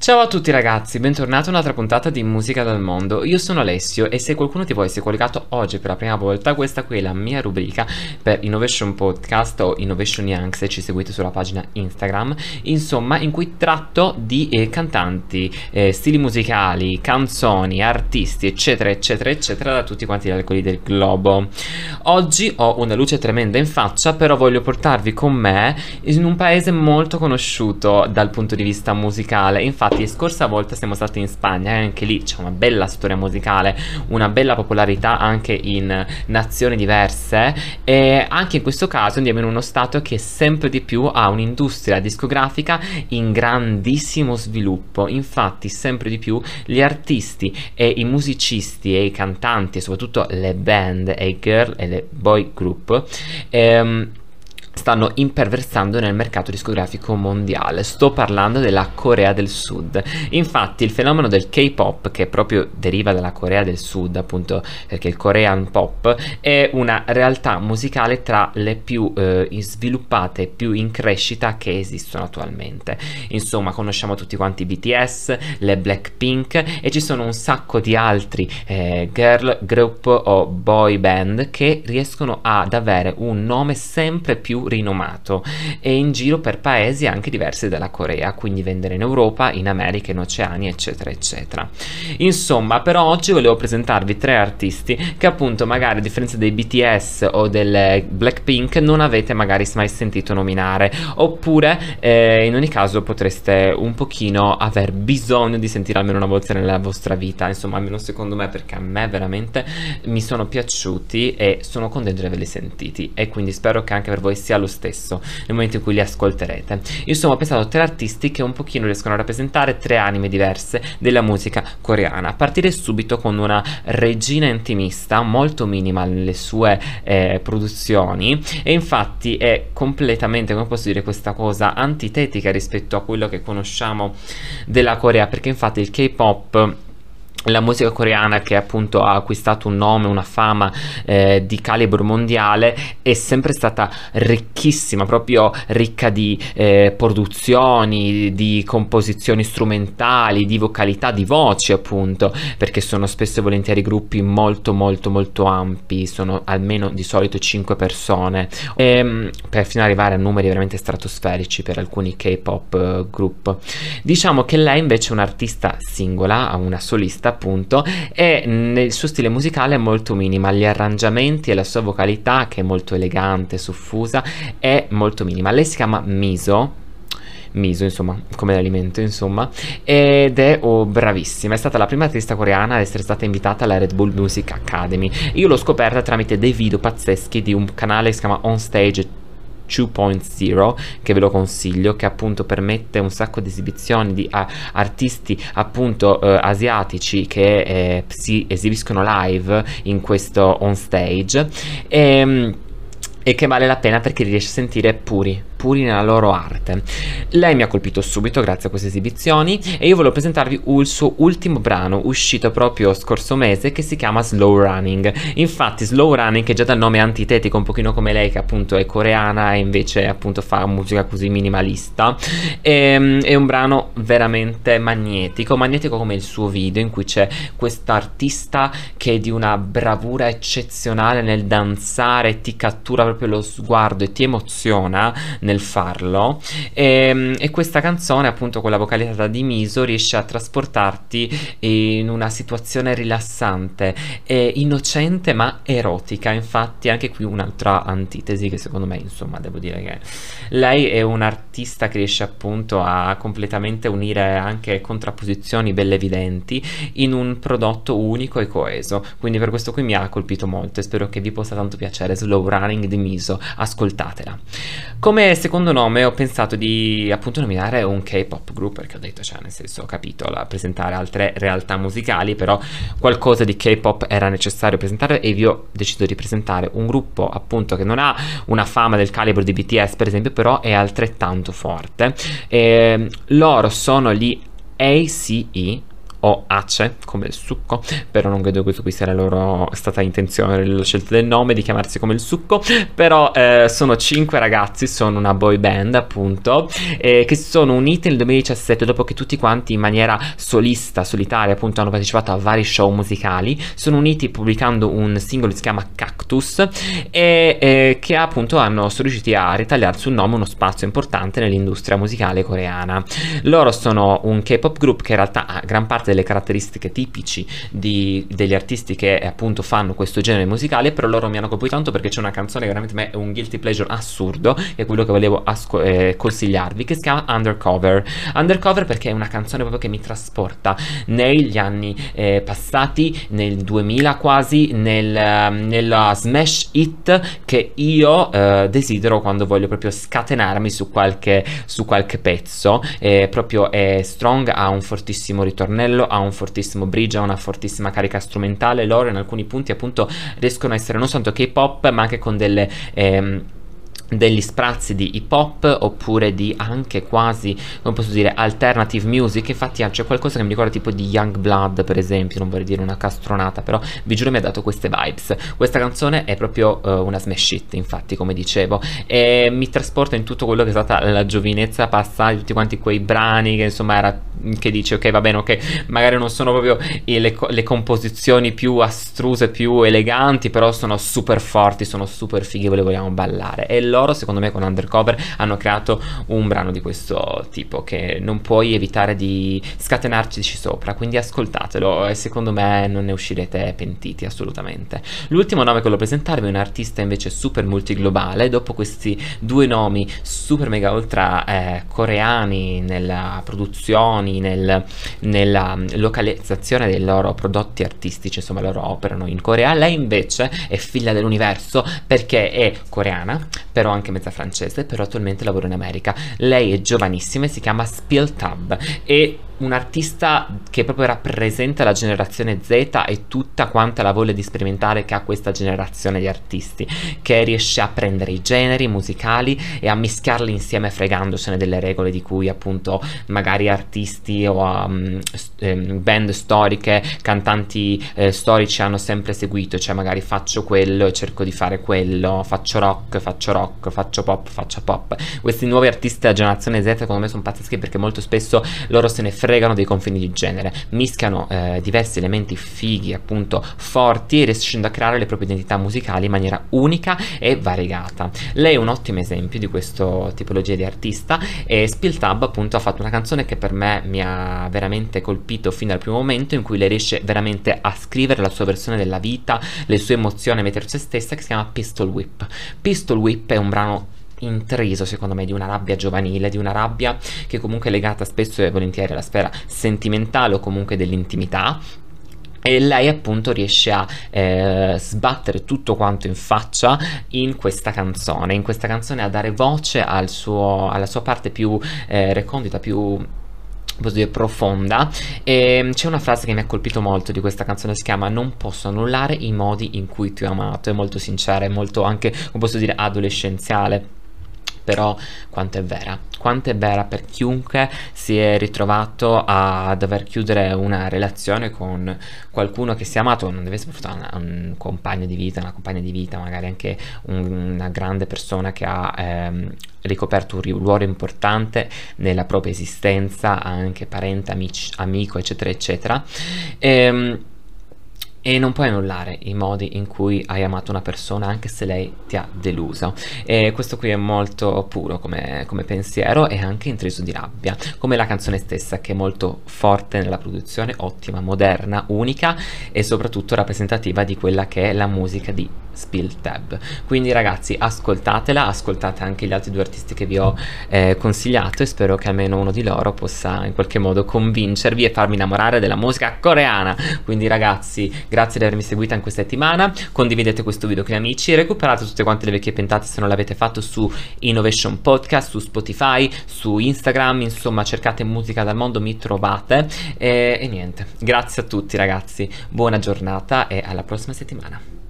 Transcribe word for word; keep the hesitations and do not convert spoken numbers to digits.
Ciao a tutti ragazzi, bentornati a un'altra puntata di Musica dal Mondo. Io sono Alessio e se qualcuno di voi si è collegato oggi per la prima volta, questa qui è la mia rubrica per Innovation Podcast o Innovation Young se ci seguite sulla pagina Instagram, insomma, in cui tratto di eh, cantanti, eh, stili musicali, canzoni, artisti, eccetera, eccetera, eccetera, da tutti quanti gli angoli del globo. Oggi ho una luce tremenda in faccia, però voglio portarvi con me in un paese molto conosciuto dal punto di vista musicale. Infatti scorsa volta siamo stati in Spagna e anche lì c'è una bella storia musicale, una bella popolarità anche in nazioni diverse, e anche in questo caso andiamo in uno stato che sempre di più ha un'industria discografica in grandissimo sviluppo. Infatti sempre di più gli artisti e i musicisti e i cantanti e soprattutto le band e i girl e le boy group ehm, stanno imperversando nel mercato discografico mondiale. Sto parlando della Corea del Sud. Infatti il fenomeno del K-pop, che proprio deriva dalla Corea del Sud, appunto perché il Korean pop è una realtà musicale tra le più eh, sviluppate, più in crescita che esistono attualmente. Insomma, conosciamo tutti quanti B T S, le Blackpink e ci sono un sacco di altri eh, girl group o boy band che riescono ad avere un nome sempre più rinomato e in giro per paesi anche diversi dalla Corea, quindi vendere in Europa, in America, in Oceania, eccetera eccetera. Insomma, però oggi volevo presentarvi tre artisti che appunto magari a differenza dei B T S o delle Blackpink non avete magari mai sentito nominare, oppure eh, in ogni caso potreste un pochino aver bisogno di sentire almeno una volta nella vostra vita, insomma almeno secondo me, perché a me veramente mi sono piaciuti e sono contento di averli sentiti, e quindi spero che anche per voi sia lo stesso nel momento in cui li ascolterete. Insomma, ho pensato a tre artisti che un pochino riescono a rappresentare tre anime diverse della musica coreana, a partire subito con una regina intimista molto minima nelle sue eh, produzioni, e infatti è completamente, come posso dire, questa cosa antitetica rispetto a quello che conosciamo della Corea, perché infatti il K-pop, la musica coreana, che appunto ha acquistato un nome, una fama eh, di calibro mondiale, è sempre stata ricchissima, proprio ricca di eh, produzioni, di composizioni strumentali, di vocalità, di voci appunto, perché sono spesso e volentieri gruppi molto molto molto ampi, sono almeno di solito cinque persone, e, per fino ad arrivare a numeri veramente stratosferici per alcuni K-pop eh, group. Diciamo che lei invece è un'artista singola, una solista appunto, e nel suo stile musicale è molto minima, gli arrangiamenti e la sua vocalità, che è molto elegante, soffusa, è molto minima. Lei si chiama Miso Miso, insomma, come l'alimento, insomma, ed è oh, bravissima. È stata la prima artista coreana ad essere stata invitata alla Red Bull Music Academy. Io l'ho scoperta tramite dei video pazzeschi di un canale che si chiama On Stage due punto zero, che ve lo consiglio, che appunto permette un sacco di esibizioni di uh, artisti appunto uh, asiatici che eh, si esibiscono live in questo On Stage, e, e che vale la pena perché riesce a sentire puri puri nella loro arte. Lei mi ha colpito subito grazie a queste esibizioni, e io volevo presentarvi il suo ultimo brano uscito proprio scorso mese, che si chiama Slow Running. Infatti Slow Running, che già dal nome è antitetico, un pochino come lei che appunto è coreana e invece appunto fa musica così minimalista, e, è un brano veramente magnetico, magnetico come il suo video, in cui c'è questa artista che è di una bravura eccezionale nel danzare, ti cattura proprio lo sguardo e ti emoziona nel farlo, e, e questa canzone appunto con la vocalità di Miso riesce a trasportarti in una situazione rilassante e innocente ma erotica. Infatti anche qui un'altra antitesi, che secondo me, insomma, devo dire che lei è un'artista che riesce appunto a completamente unire anche contrapposizioni belle evidenti in un prodotto unico e coeso, quindi per questo qui mi ha colpito molto e spero che vi possa tanto piacere Slow Running di Miso. Ascoltatela. Come secondo nome ho pensato di appunto nominare un K-pop group, perché ho detto, cioè nel senso, ho capito, la, presentare altre realtà musicali, però qualcosa di K-pop era necessario presentare, e vi ho deciso di presentare un gruppo appunto che non ha una fama del calibro di B T S per esempio, però è altrettanto forte. E loro sono gli A C E, o Ace come il succo, però non credo che questo qui sia la loro stata intenzione, la scelta del nome di chiamarsi come il succo. Però eh, sono cinque ragazzi, sono una boy band appunto, eh, che si sono uniti nel duemiladiciassette dopo che tutti quanti in maniera solista, solitaria appunto, hanno partecipato a vari show musicali. Sono uniti pubblicando un singolo che si chiama Cactus, e eh, che appunto hanno sono riusciti a ritagliarsi un nome, uno spazio importante nell'industria musicale coreana. Loro sono un K-pop group che in realtà ha gran parte delle caratteristiche tipici di, degli artisti che eh, appunto fanno questo genere musicale, però loro mi hanno colpito tanto perché c'è una canzone che veramente me è un guilty pleasure assurdo, che è quello che volevo eh, consigliarvi, che si chiama Undercover. Undercover perché è una canzone proprio che mi trasporta negli anni eh, passati, nel duemila quasi, nel, nella smash hit che io eh, desidero quando voglio proprio scatenarmi su qualche, su qualche pezzo. Eh, proprio è strong, ha un fortissimo ritornello, ha un fortissimo bridge, ha una fortissima carica strumentale. Loro in alcuni punti appunto riescono a essere non soltanto K-pop ma anche con delle ehm, degli sprazzi di hip hop, oppure di anche quasi, come posso dire, alternative music. Infatti c'è qualcosa che mi ricorda tipo di Youngblood per esempio, non vorrei dire una castronata, però vi giuro mi ha dato queste vibes. Questa canzone è proprio uh, una smash hit, infatti, come dicevo, e mi trasporta in tutto quello che è stata la giovinezza passata, tutti quanti quei brani che insomma era, che dice ok va bene, ok magari non sono proprio le, le composizioni più astruse, più eleganti, però sono super forti, sono super fighi, ve le vogliamo ballare. E loro secondo me con Undercover hanno creato un brano di questo tipo che non puoi evitare di scatenarci sopra, quindi ascoltatelo e secondo me non ne uscirete pentiti assolutamente. L'ultimo nome che voglio presentarvi è un artista invece super multiglobale. Dopo questi due nomi super mega ultra eh, coreani nella produzioni, nel, nella localizzazione dei loro prodotti artistici, insomma loro operano in Corea, lei invece è figlia dell'universo perché è coreana, però anche mezza francese, però attualmente lavora in America. Lei è giovanissima e si chiama Spilltab, e un artista che proprio rappresenta la generazione Z e tutta quanta la voglia di sperimentare che ha questa generazione di artisti, che riesce a prendere i generi musicali e a mischiarli insieme fregandosene delle regole di cui appunto magari artisti o um, band storiche, cantanti eh, storici hanno sempre seguito, cioè magari faccio quello e cerco di fare quello, faccio rock, faccio rock, faccio pop, faccio pop. Questi nuovi artisti della generazione Z secondo me sono pazzeschi perché molto spesso loro se ne fregano dei confini di genere, mischiano eh, diversi elementi fighi appunto forti e riescono a creare le proprie identità musicali in maniera unica e variegata. Lei è un ottimo esempio di questa tipologia di artista, e Spilltab appunto ha fatto una canzone che per me mi ha veramente colpito fin dal primo momento, in cui lei riesce veramente a scrivere la sua versione della vita, le sue emozioni, a mettere se stessa, che si chiama Pistol Whip. Pistol Whip è un brano intriso secondo me di una rabbia giovanile, di una rabbia che comunque è legata spesso e volentieri alla sfera sentimentale o comunque dell'intimità, e lei appunto riesce a eh, sbattere tutto quanto in faccia in questa canzone, in questa canzone a dare voce al suo, alla sua parte più eh, recondita, più posso dire profonda. E c'è una frase che mi ha colpito molto di questa canzone, si chiama "Non posso annullare i modi in cui ti ho amato". È molto sincera, è molto anche, come posso dire, adolescenziale, però quanto è vera, quanto è vera per chiunque si è ritrovato a dover chiudere una relazione con qualcuno che si è amato. Non deve essere un, un compagno di vita, una compagna di vita, magari anche un, una grande persona che ha ehm, ricoperto un ruolo importante nella propria esistenza, anche parente, amici, amico eccetera eccetera. ehm E non puoi annullare i modi in cui hai amato una persona anche se lei ti ha deluso. E questo qui è molto puro come, come pensiero, e anche intriso di rabbia, come la canzone stessa, che è molto forte nella produzione, ottima, moderna, unica e soprattutto rappresentativa di quella che è la musica di Spilltab. Quindi ragazzi, ascoltatela, ascoltate anche gli altri due artisti che vi ho eh, consigliato, e spero che almeno uno di loro possa in qualche modo convincervi e farmi innamorare della musica coreana. Quindi ragazzi, grazie di avermi seguita in questa settimana, condividete questo video con gli amici, recuperate tutte quante le vecchie puntate se non l'avete fatto su Innovation Podcast, su Spotify, su Instagram, insomma cercate musica dal mondo, mi trovate. E, e niente, grazie a tutti ragazzi, buona giornata e alla prossima settimana.